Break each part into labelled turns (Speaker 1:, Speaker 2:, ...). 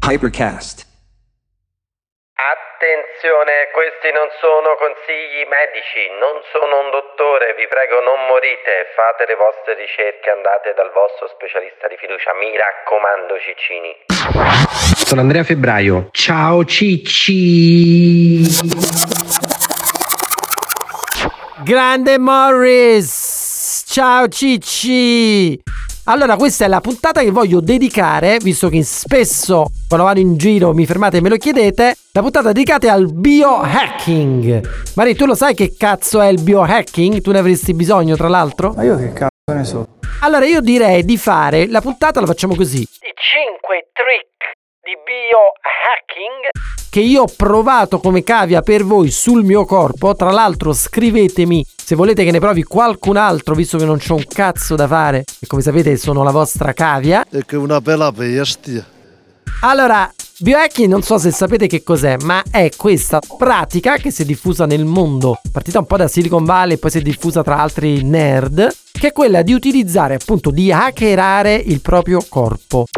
Speaker 1: Hypercast.
Speaker 2: Attenzione, questi non sono consigli medici, non sono un dottore, vi prego non morite, fate le vostre ricerche, andate dal vostro specialista di fiducia, mi raccomando Ciccini.
Speaker 3: Sono Andrea Febbraio, ciao Cicci!
Speaker 4: Grande Morris, ciao Cicci! Allora, questa è la puntata che voglio dedicare, visto che spesso quando vado in giro mi fermate e me lo chiedete, la puntata dedicata al biohacking. Mari, tu lo sai che cazzo è il biohacking? Tu ne avresti bisogno, tra l'altro?
Speaker 5: Ma io che cazzo ne so?
Speaker 4: Allora, io direi di fare, la puntata la facciamo così. I 5 trick di biohacking che io ho provato come cavia per voi sul mio corpo. Tra l'altro scrivetemi se volete che ne provi qualcun altro, visto che non c'ho un cazzo da fare e come sapete sono la vostra cavia.
Speaker 6: E che una bella bestia.
Speaker 4: Allora, biohacking non so se sapete che cos'è, ma è questa pratica che si è diffusa nel mondo, partita un po' da Silicon Valley e poi si è diffusa tra altri nerd, che è quella di utilizzare, appunto, di hackerare il proprio corpo.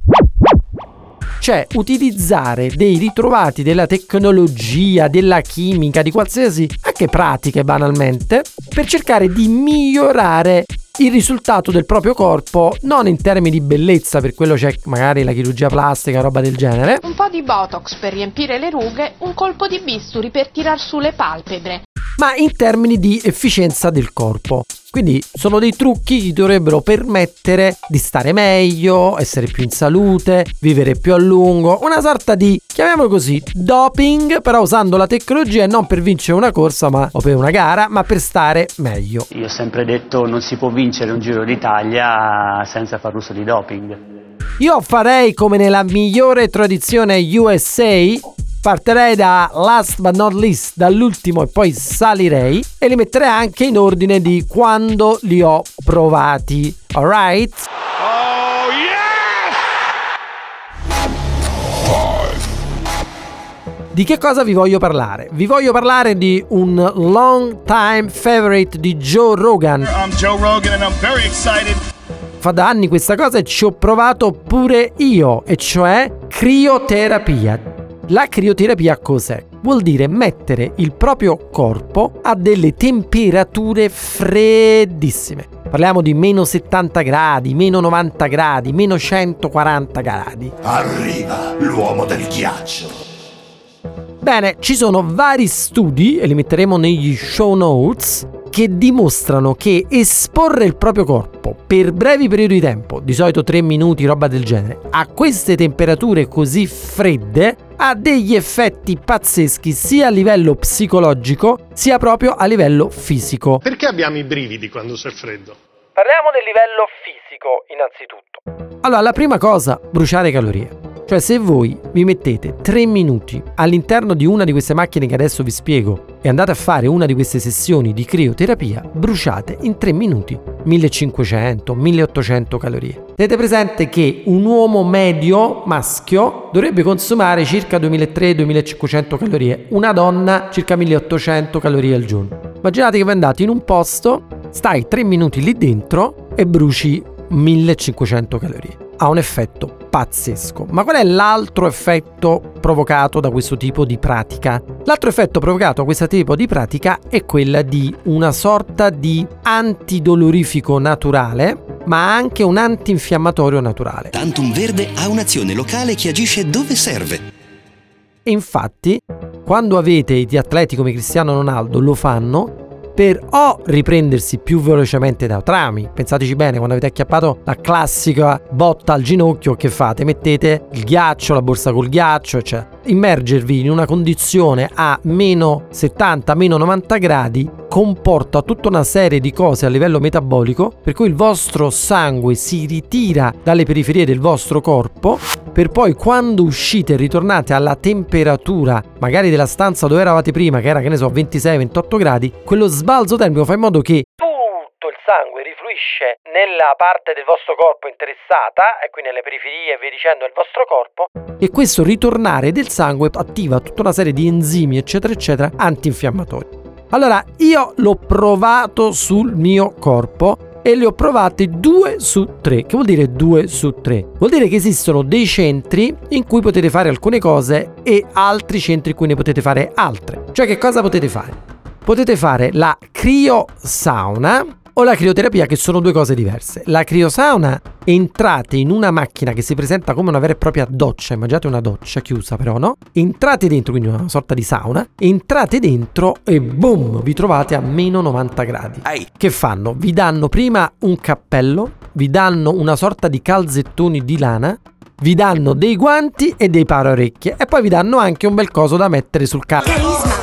Speaker 4: Cioè utilizzare dei ritrovati della tecnologia, della chimica, di qualsiasi, anche pratiche banalmente, per cercare di migliorare il risultato del proprio corpo, non in termini di bellezza, per quello c'è magari la chirurgia plastica, roba del genere.
Speaker 7: Un po' di Botox per riempire le rughe, un colpo di bisturi per tirar su le palpebre.
Speaker 4: Ma in termini di efficienza del corpo. Quindi sono dei trucchi che ti dovrebbero permettere di stare meglio, essere più in salute, vivere più a lungo, una sorta di, chiamiamolo così, doping, però usando la tecnologia non per vincere una corsa o per una gara, ma per stare meglio.
Speaker 8: Io ho sempre detto non si può vincere un Giro d'Italia senza far uso di doping.
Speaker 4: Io farei come nella migliore tradizione USA. Partirei da last but not least, dall'ultimo, e poi salirei e li metterei anche in ordine di quando li ho provati. Alright? Oh yes! Di che cosa vi voglio parlare? Vi voglio parlare di un long time favorite di Joe Rogan.
Speaker 9: I'm Joe Rogan and I'm very excited.
Speaker 4: Fa da anni questa cosa e ci ho provato pure io, e cioè crioterapia. La crioterapia cos'è? Vuol dire mettere il proprio corpo a delle temperature freddissime. Parliamo di meno 70 gradi, meno 90 gradi, meno 140 gradi.
Speaker 10: Arriva l'uomo del ghiaccio.
Speaker 4: Bene, ci sono vari studi, e li metteremo negli show notes, che dimostrano che esporre il proprio corpo per brevi periodi di tempo, di solito 3 minuti, roba del genere, a queste temperature così fredde ha degli effetti pazzeschi sia a livello psicologico sia proprio a livello fisico.
Speaker 11: Perché abbiamo i brividi quando c'è freddo?
Speaker 4: Parliamo del livello fisico innanzitutto. Allora, la prima cosa, bruciare calorie. Cioè, se voi vi mettete 3 minuti all'interno di una di queste macchine che adesso vi spiego e andate a fare una di queste sessioni di crioterapia, bruciate in 3 minuti 1500-1800 calorie. Tenete presente che un uomo medio maschio dovrebbe consumare circa 2300-2500 calorie, una donna circa 1800 calorie al giorno. Immaginate che voi andate in un posto, stai 3 minuti lì dentro e bruci 1500 calorie. Ha un effetto pazzesco. Ma qual è l'altro effetto provocato da questo tipo di pratica? L'altro effetto provocato da questo tipo di pratica è quella di una sorta di antidolorifico naturale, ma anche un antinfiammatorio naturale.
Speaker 12: Tantum Verde ha un'azione locale che agisce dove serve.
Speaker 4: E infatti, quando avete gli atleti come Cristiano Ronaldo, lo fanno per o riprendersi più velocemente da traumi. Pensateci bene, quando avete acchiappato la classica botta al ginocchio, che fate? Mettete il ghiaccio, la borsa col ghiaccio, cioè immergervi in una condizione a meno 70, meno 90 gradi comporta tutta una serie di cose a livello metabolico, per cui il vostro sangue si ritira dalle periferie del vostro corpo, per poi quando uscite e ritornate alla temperatura magari della stanza dove eravate prima, che era, che ne so, 26-28 gradi, quello sbalzo termico fa in modo che tutto il sangue rifluisce nella parte del vostro corpo interessata, e qui nelle periferie e via dicendo del vostro corpo, e questo ritornare del sangue attiva tutta una serie di enzimi eccetera eccetera antinfiammatori. Allora, io l'ho provato sul mio corpo e le ho provate 2 su 3. Che vuol dire 2 su 3? Vuol dire che esistono dei centri in cui potete fare alcune cose e altri centri in cui ne potete fare altre. Cioè, che cosa potete fare? Potete fare la criosauna o la crioterapia, che sono due cose diverse. La criosauna, entrate in una macchina che si presenta come una vera e propria doccia, immaginate una doccia chiusa però, no? Entrate dentro, quindi una sorta di sauna, entrate dentro e boom, vi trovate a meno 90 gradi. Che fanno? Vi danno prima un cappello, vi danno una sorta di calzettoni di lana, vi danno dei guanti e dei paraorecchie e poi vi danno anche un bel coso da mettere sul capo.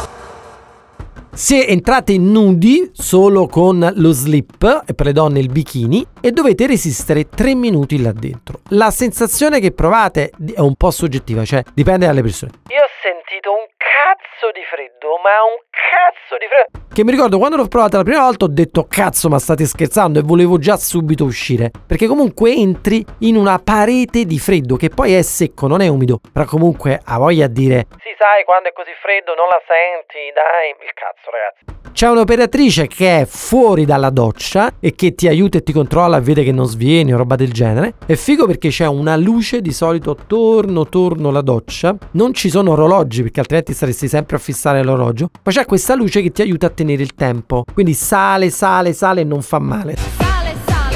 Speaker 4: Se entrate nudi, solo con lo slip, e per le donne il bikini, e dovete resistere 3 minuti là dentro. La sensazione che provate è un po' soggettiva, cioè dipende dalle persone. Io ho sentito un cazzo di freddo, ma un cazzo di freddo, che mi ricordo quando l'ho provata la prima volta ho detto cazzo, ma state scherzando, e volevo già subito uscire, perché comunque entri in una parete di freddo che poi è secco, non è umido, però comunque ha voglia a dire sì, sai, quando è così freddo non la senti, dai, il cazzo, ragazzi. C'è un'operatrice che è fuori dalla doccia e che ti aiuta e ti controlla e vede che non svieni o roba del genere. È figo perché c'è una luce di solito attorno la doccia. Non ci sono orologi perché altrimenti saresti sempre a fissare l'orologio, ma c'è questa luce che ti aiuta a tenere il tempo. Quindi sale e non fa male. Sale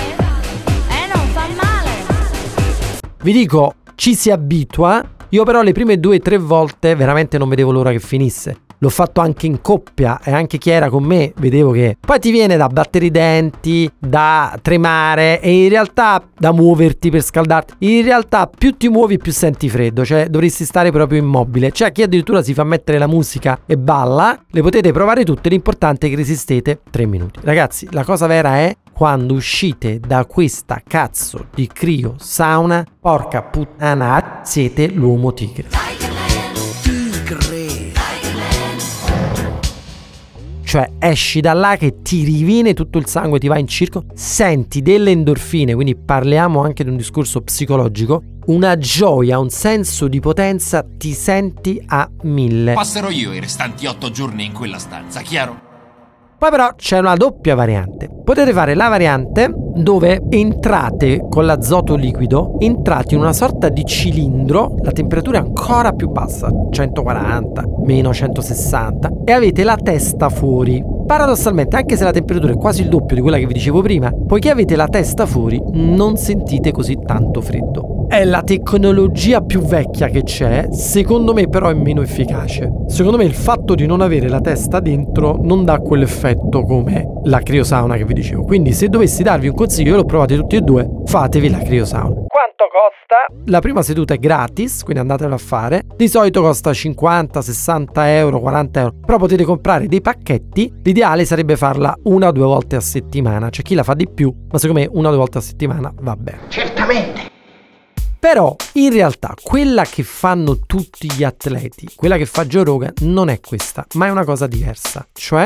Speaker 4: e non fa male. Vi dico, ci si abitua. Io però le prime 2-3 volte veramente non vedevo l'ora che finisse. L'ho fatto anche in coppia e anche chi era con me vedevo che poi ti viene da battere i denti, da tremare e in realtà da muoverti per scaldarti. In realtà più ti muovi più senti freddo, cioè dovresti stare proprio immobile. C'è chi addirittura si fa mettere la musica e balla. Le potete provare tutte, l'importante è che resistete 3 minuti. Ragazzi, la cosa vera è quando uscite da questa cazzo di crio sauna, porca puttana, siete l'uomo tigre. Cioè esci da là che ti riviene tutto il sangue, ti va in circolo, senti delle endorfine, quindi parliamo anche di un discorso psicologico, una gioia, un senso di potenza, ti senti a 1000.
Speaker 10: Passerò io i restanti 8 giorni in quella stanza, chiaro?
Speaker 4: Poi però c'è una doppia variante. Potete fare la variante dove entrate con l'azoto liquido, entrate in una sorta di cilindro, la temperatura è ancora più bassa, 140, meno 160, e avete la testa fuori. Paradossalmente, anche se la temperatura è quasi il doppio di quella che vi dicevo prima, poiché avete la testa fuori, non sentite così tanto freddo. È la tecnologia più vecchia che c'è, secondo me però è meno efficace. Secondo me il fatto di non avere la testa dentro non dà quell'effetto come la criosauna che vi dicevo. Quindi se dovessi darvi un consiglio, io l'ho provate tutti e due, fatevi la criosauna. Quanto costa? La prima seduta è gratis, quindi andatela a fare. Di solito costa 50, 60 euro, 40 euro, però potete comprare dei pacchetti. L'ideale sarebbe farla 1 o 2 volte a settimana. C'è chi la fa di più, ma secondo me 1 o 2 volte a settimana va bene. Certamente. Però in realtà quella che fanno tutti gli atleti, quella che fa Joe Rogan, non è questa, ma è una cosa diversa.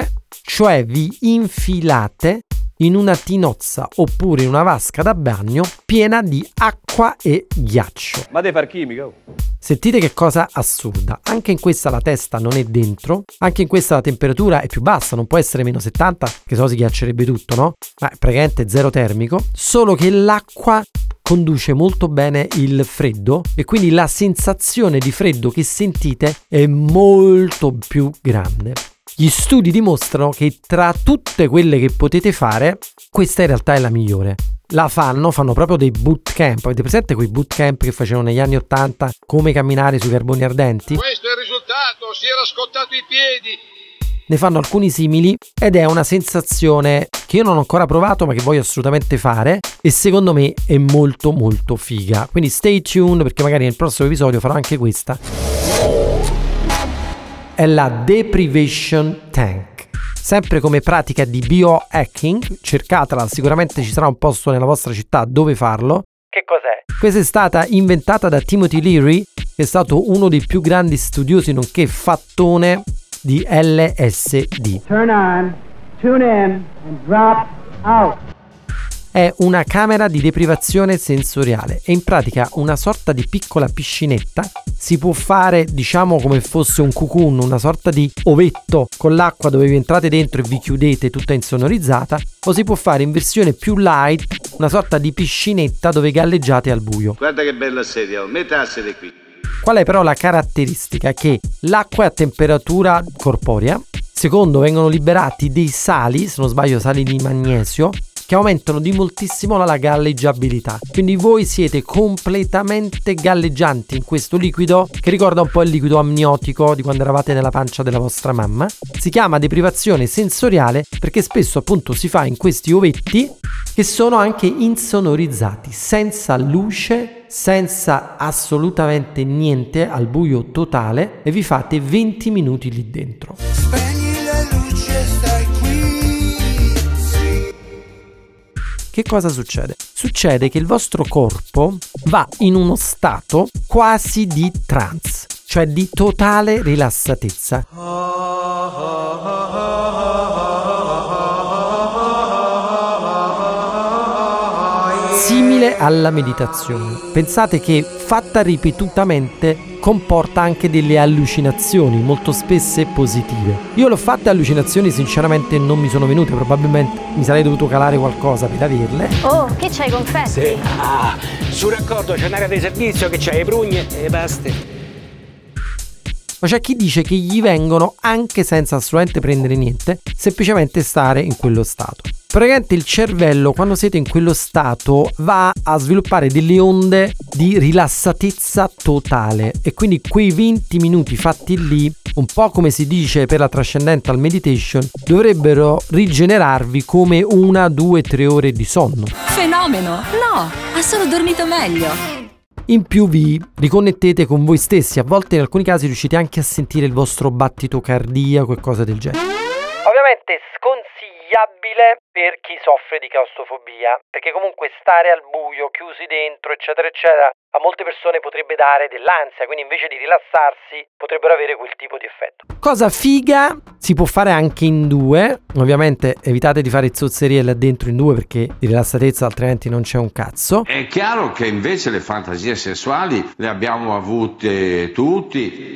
Speaker 4: Cioè vi infilate in una tinozza oppure in una vasca da bagno piena di acqua e ghiaccio.
Speaker 1: Ma devi far chimica.
Speaker 4: Sentite che cosa assurda. Anche in questa la testa non è dentro, anche in questa la temperatura è più bassa, non può essere meno 70, che sennò si ghiaccerebbe tutto, no? Ma è praticamente zero termico, solo che l'acqua conduce molto bene il freddo e quindi la sensazione di freddo che sentite è molto più grande. Gli studi dimostrano che tra tutte quelle che potete fare, questa in realtà è la migliore. La fanno proprio dei bootcamp. Avete presente quei bootcamp che facevano negli anni 80, come camminare sui carboni ardenti?
Speaker 9: Questo è il risultato, si era scottato i piedi.
Speaker 4: Ne fanno alcuni simili ed è una sensazione che io non ho ancora provato ma che voglio assolutamente fare e secondo me è molto molto figa. Quindi stay tuned perché magari nel prossimo episodio farò anche questa. È la Deprivation Tank. Sempre come pratica di biohacking, cercatela, sicuramente ci sarà un posto nella vostra città dove farlo. Che cos'è? Questa è stata inventata da Timothy Leary, che è stato uno dei più grandi studiosi nonché fattone di LSD. Turn on, tune in and drop out. È una camera di deprivazione sensoriale. È in pratica una sorta di piccola piscinetta si può fare, diciamo, come fosse un cocoon, una sorta di ovetto con l'acqua dove vi entrate dentro e vi chiudete tutta insonorizzata, o si può fare in versione più light, una sorta di piscinetta dove galleggiate al buio.
Speaker 9: Guarda che bella sedia, metti a sedere qui.
Speaker 4: Qual è però la caratteristica? Che l'acqua è a temperatura corporea. Secondo, vengono liberati dei sali, se non sbaglio sali di magnesio, che aumentano di moltissimo la galleggiabilità. Quindi voi siete completamente galleggianti in questo liquido che ricorda un po' il liquido amniotico di quando eravate nella pancia della vostra mamma. Si chiama deprivazione sensoriale perché spesso appunto si fa in questi ovetti che sono anche insonorizzati, senza luce, senza assolutamente niente, al buio totale, e vi fate 20 minuti lì dentro. Spegni la luce, stai qui. Sì. Che cosa succede? Succede che il vostro corpo va in uno stato quasi di trance, cioè di totale rilassatezza. Simile alla meditazione. Pensate che fatta ripetutamente comporta anche delle allucinazioni, molto spesse positive. Io l'ho fatte allucinazioni, sinceramente non mi sono venute, probabilmente mi sarei dovuto calare qualcosa per averle.
Speaker 1: Oh, che c'hai, confetti?
Speaker 5: Sì, sul raccordo c'è un'area di servizio che c'ha le prugne e basta.
Speaker 4: Ma c'è chi dice che gli vengono anche senza assolutamente prendere niente, semplicemente stare in quello stato. Praticamente il cervello, quando siete in quello stato, va a sviluppare delle onde di rilassatezza totale, e quindi quei 20 minuti fatti lì, un po' come si dice per la Transcendental Meditation, dovrebbero rigenerarvi come 1, 2, 3 ore di sonno.
Speaker 13: Fenomeno! No, ha solo dormito meglio.
Speaker 4: In più vi riconnettete con voi stessi, a volte in alcuni casi riuscite anche a sentire il vostro battito cardiaco e cose del genere.
Speaker 14: Ovviamente sconsigliabile per chi soffre di claustrofobia, perché comunque stare al buio, chiusi dentro, eccetera eccetera, a molte persone potrebbe dare dell'ansia, quindi invece di rilassarsi potrebbero avere quel tipo di effetto.
Speaker 4: Cosa figa, si può fare anche in 2, ovviamente evitate di fare zozzerie là dentro in 2 perché di rilassatezza altrimenti non c'è un cazzo.
Speaker 15: È chiaro che invece le fantasie sessuali le abbiamo avute tutti.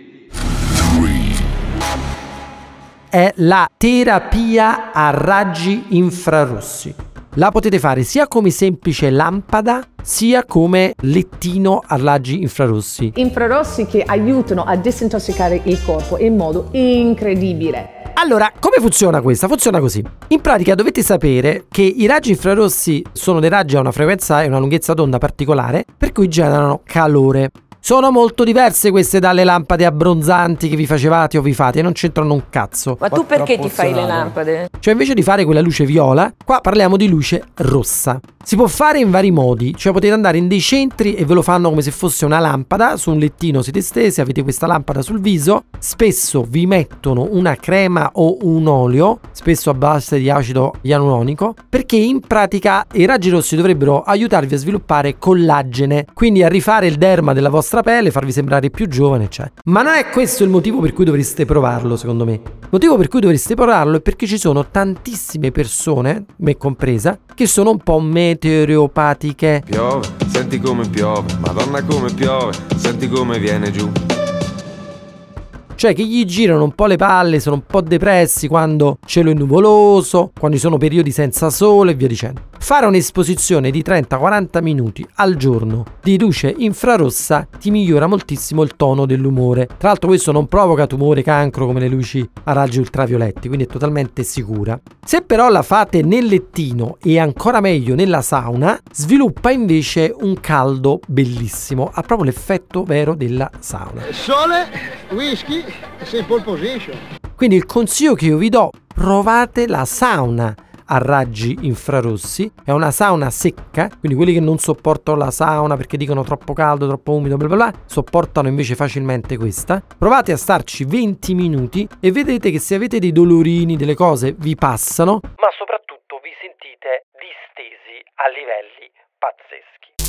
Speaker 4: È la terapia a raggi infrarossi. La potete fare sia come semplice lampada, sia come lettino a raggi infrarossi.
Speaker 16: Infrarossi che aiutano a disintossicare il corpo in modo incredibile.
Speaker 4: Allora, come funziona questa? Funziona così. In pratica dovete sapere che i raggi infrarossi sono dei raggi a una frequenza e una lunghezza d'onda particolare, per cui generano calore. Sono molto diverse queste dalle lampade abbronzanti che vi facevate o vi fate, non c'entrano un cazzo.
Speaker 17: Ma tu perché ti fai le lampade?
Speaker 4: Cioè invece di fare quella luce viola, qua parliamo di luce rossa. Si può fare in vari modi, cioè potete andare in dei centri e ve lo fanno come se fosse una lampada, su un lettino siete stesi, avete questa lampada sul viso, spesso vi mettono una crema o un olio, spesso a base di acido ialuronico, perché in pratica i raggi rossi dovrebbero aiutarvi a sviluppare collagene, quindi a rifare il derma della vostra pelle, farvi sembrare più giovane, eccetera. Ma non è questo il motivo per cui dovreste provarlo, secondo me. Il motivo per cui dovreste provarlo è perché ci sono tantissime persone, me compresa, che sono un po' meteoropatiche.
Speaker 18: Piove, senti come piove, Madonna come piove, senti come viene giù.
Speaker 4: Cioè che gli girano un po' le palle, sono un po' depressi quando cielo è nuvoloso, quando ci sono periodi senza sole e via dicendo. Fare un'esposizione di 30-40 minuti al giorno di luce infrarossa ti migliora moltissimo il tono dell'umore. Tra l'altro questo non provoca tumore, cancro come le luci a raggi ultravioletti, quindi è totalmente sicura. Se però la fate nel lettino e ancora meglio nella sauna, sviluppa invece un caldo bellissimo, ha proprio l'effetto vero della sauna.
Speaker 19: Sole, whisky, sei pole position.
Speaker 4: Quindi il consiglio che io vi do, provate la sauna a raggi infrarossi. È una sauna secca, quindi quelli che non sopportano la sauna perché dicono troppo caldo, troppo umido, bla bla bla, sopportano invece facilmente questa. Provate a starci 20 minuti e vedete che se avete dei dolorini, delle cose, vi passano,
Speaker 14: ma soprattutto vi sentite distesi a livelli pazzeschi.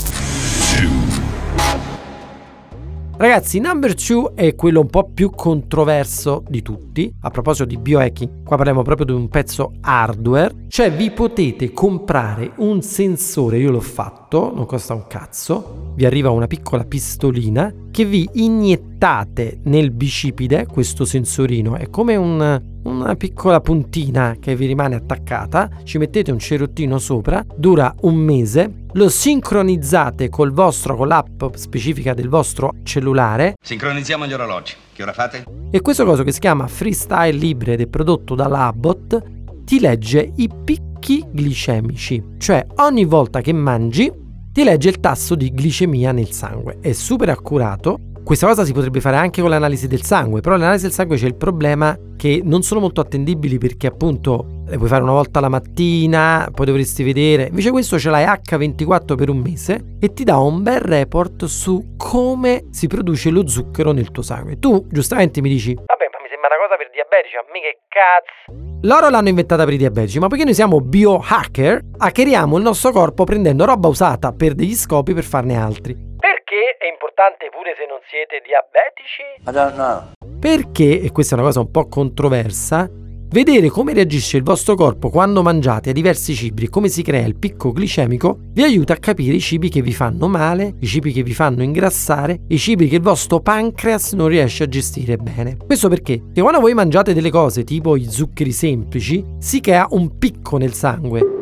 Speaker 4: Ragazzi, number 2 è quello un po' più controverso di tutti. A proposito di biohacking, qua parliamo proprio di un pezzo hardware. Cioè vi potete comprare un sensore, io l'ho fatto, non costa un cazzo, vi arriva una piccola pistolina che vi iniettate nel bicipite questo sensorino. È come una piccola puntina che vi rimane attaccata, ci mettete un cerottino sopra, dura un mese, lo sincronizzate con l'app specifica del vostro cellulare.
Speaker 9: Sincronizziamo gli orologi. Che ora fate?
Speaker 4: E questo coso che si chiama Freestyle Libre ed è prodotto dalla Abbott ti legge i picchi glicemici, cioè ogni volta che mangi ti legge il tasso di glicemia nel sangue. È super accurato. Questa cosa si potrebbe fare anche con l'analisi del sangue, però l'analisi del sangue c'è il problema che non sono molto attendibili, perché appunto le puoi fare una volta la mattina, poi dovresti vedere. Invece questo ce l'hai H24 per un mese e ti dà un bel report su come si produce lo zucchero nel tuo sangue. Tu giustamente mi dici:
Speaker 14: vabbè, ma mi sembra una cosa per diabetici, a me che cazzo.
Speaker 4: Loro l'hanno inventata per i diabetici, ma poiché noi siamo biohacker, hackeriamo il nostro corpo prendendo roba usata per degli scopi per farne altri.
Speaker 14: Perché è importante pure se non siete diabetici?
Speaker 1: I don't know.
Speaker 4: Perché, e questa è una cosa un po' controversa, vedere come reagisce il vostro corpo quando mangiate a diversi cibi e come si crea il picco glicemico vi aiuta a capire i cibi che vi fanno male, i cibi che vi fanno ingrassare, i cibi che il vostro pancreas non riesce a gestire bene. Questo perché quando voi mangiate delle cose tipo gli zuccheri semplici si crea un picco nel sangue.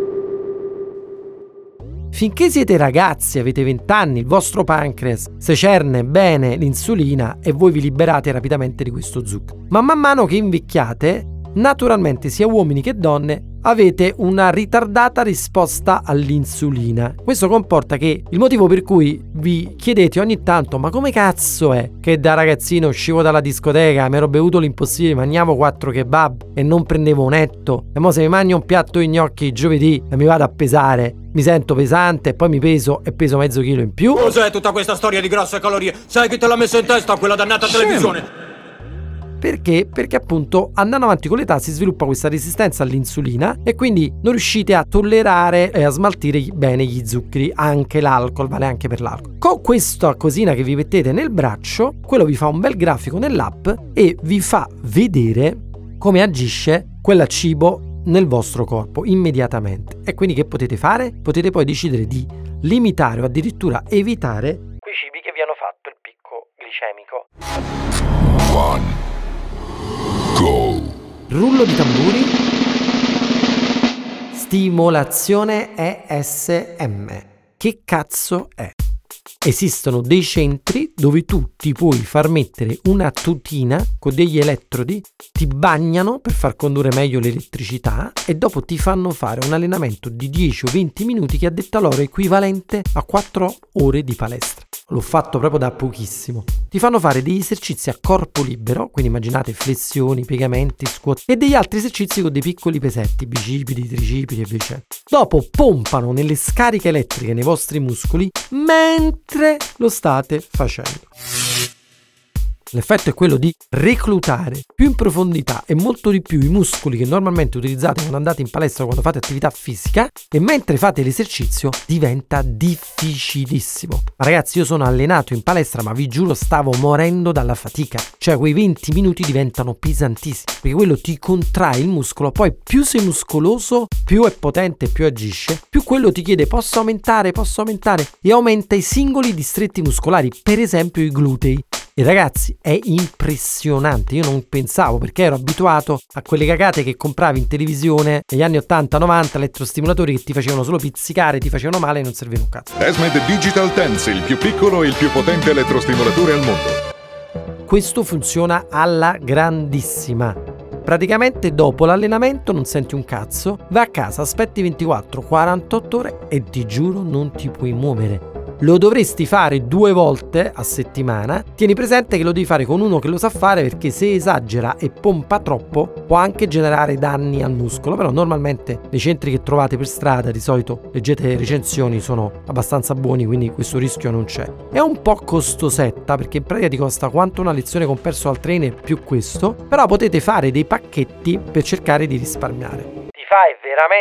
Speaker 4: Finché siete ragazzi, avete 20 anni, il vostro pancreas secerne bene l'insulina e voi vi liberate rapidamente di questo zucchero. Ma man mano che invecchiate, naturalmente sia uomini che donne avete una ritardata risposta all'insulina. Questo comporta che il motivo per cui vi chiedete ogni tanto: ma come cazzo è che da ragazzino uscivo dalla discoteca, mi ero bevuto l'impossibile, mangiavo 4 kebab e non prendevo un etto, e mo se mi mangio un piatto di gnocchi giovedì e mi vado a pesare, mi sento pesante e poi mi peso e peso mezzo chilo in più?
Speaker 5: Cos'è tutta questa storia di grasso e calorie? Sai chi te l'ha messo in testa quella dannata televisione?
Speaker 4: Perché? Perché appunto andando avanti con l'età si sviluppa questa resistenza all'insulina e quindi non riuscite a tollerare e a smaltire bene gli zuccheri, anche l'alcol, vale anche per l'alcol. Con questa cosina che vi mettete nel braccio, quello vi fa un bel grafico nell'app e vi fa vedere come agisce quel cibo nel vostro corpo immediatamente. E quindi che potete fare? Potete poi decidere di limitare o addirittura evitare
Speaker 14: quei cibi che vi hanno fatto il picco glicemico.
Speaker 4: Go. Rullo di tamburi. Stimolazione ESM. Che cazzo è? Esistono dei centri dove tu ti puoi far mettere una tutina con degli elettrodi, ti bagnano per far condurre meglio l'elettricità e dopo ti fanno fare un allenamento di 10 o 20 minuti che a detta loro è equivalente a 4 ore di palestra. L'ho fatto proprio da pochissimo. Ti fanno fare degli esercizi a corpo libero, quindi immaginate flessioni, piegamenti, squat e degli altri esercizi con dei piccoli pesetti, bicipiti, tricipiti e via dicendo. Dopo pompano nelle scariche elettriche nei vostri muscoli mentre lo state facendo. L'effetto è quello di reclutare più in profondità e molto di più i muscoli che normalmente utilizzate quando andate in palestra o quando fate attività fisica, e mentre fate l'esercizio diventa difficilissimo. Ma ragazzi, io sono allenato in palestra, ma vi giuro stavo morendo dalla fatica. Cioè quei 20 minuti diventano pesantissimi, perché quello ti contrae il muscolo, poi più sei muscoloso, più è potente, più agisce, più quello ti chiede posso aumentare, e aumenta i singoli distretti muscolari, per esempio i glutei. E ragazzi, è impressionante. Io non pensavo, perché ero abituato a quelle cagate che compravi in televisione negli anni 80-90, elettrostimolatori che ti facevano solo pizzicare, ti facevano male e non serviva un cazzo.
Speaker 20: Esmed Digital Tense, il più piccolo e il più potente elettrostimolatore al mondo.
Speaker 4: Questo funziona alla grandissima. Praticamente dopo l'allenamento non senti un cazzo, vai a casa, aspetti 24-48 ore e ti giuro non ti puoi muovere. Lo dovresti fare 2 volte a settimana. Tieni presente che lo devi fare con uno che lo sa fare, perché se esagera e pompa troppo può anche generare danni al muscolo. Però normalmente nei centri che trovate per strada, di solito leggete recensioni, sono abbastanza buoni, quindi questo rischio non c'è. È un po' costosetta, perché in pratica ti costa quanto una lezione con personal trainer più questo, però potete fare dei pacchetti per cercare di risparmiare.
Speaker 14: Ti fai veramente un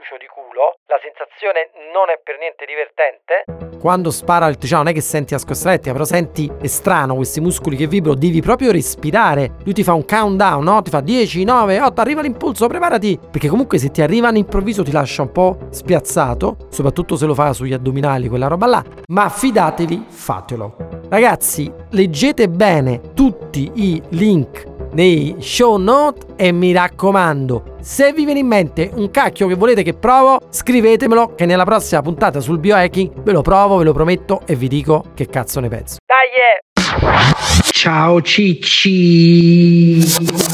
Speaker 14: brucio di culo, la sensazione non è per niente divertente.
Speaker 4: Quando spara l'elettricità non è che senti la scossa elettrica, però senti strano questi muscoli che vibrano, devi proprio respirare. Lui ti fa un countdown, no? Ti fa 10, 9, 8, arriva l'impulso, preparati. Perché comunque se ti arriva all'improvviso ti lascia un po' spiazzato, soprattutto se lo fa sugli addominali, quella roba là. Ma fidatevi, fatelo. Ragazzi, leggete bene tutti i link nei show note e mi raccomando, se vi viene in mente un cacchio che volete che provo, scrivetemelo che nella prossima puntata sul biohacking ve lo provo, ve lo prometto e vi dico che cazzo ne penso.
Speaker 14: Dai!
Speaker 3: Ciao cicci.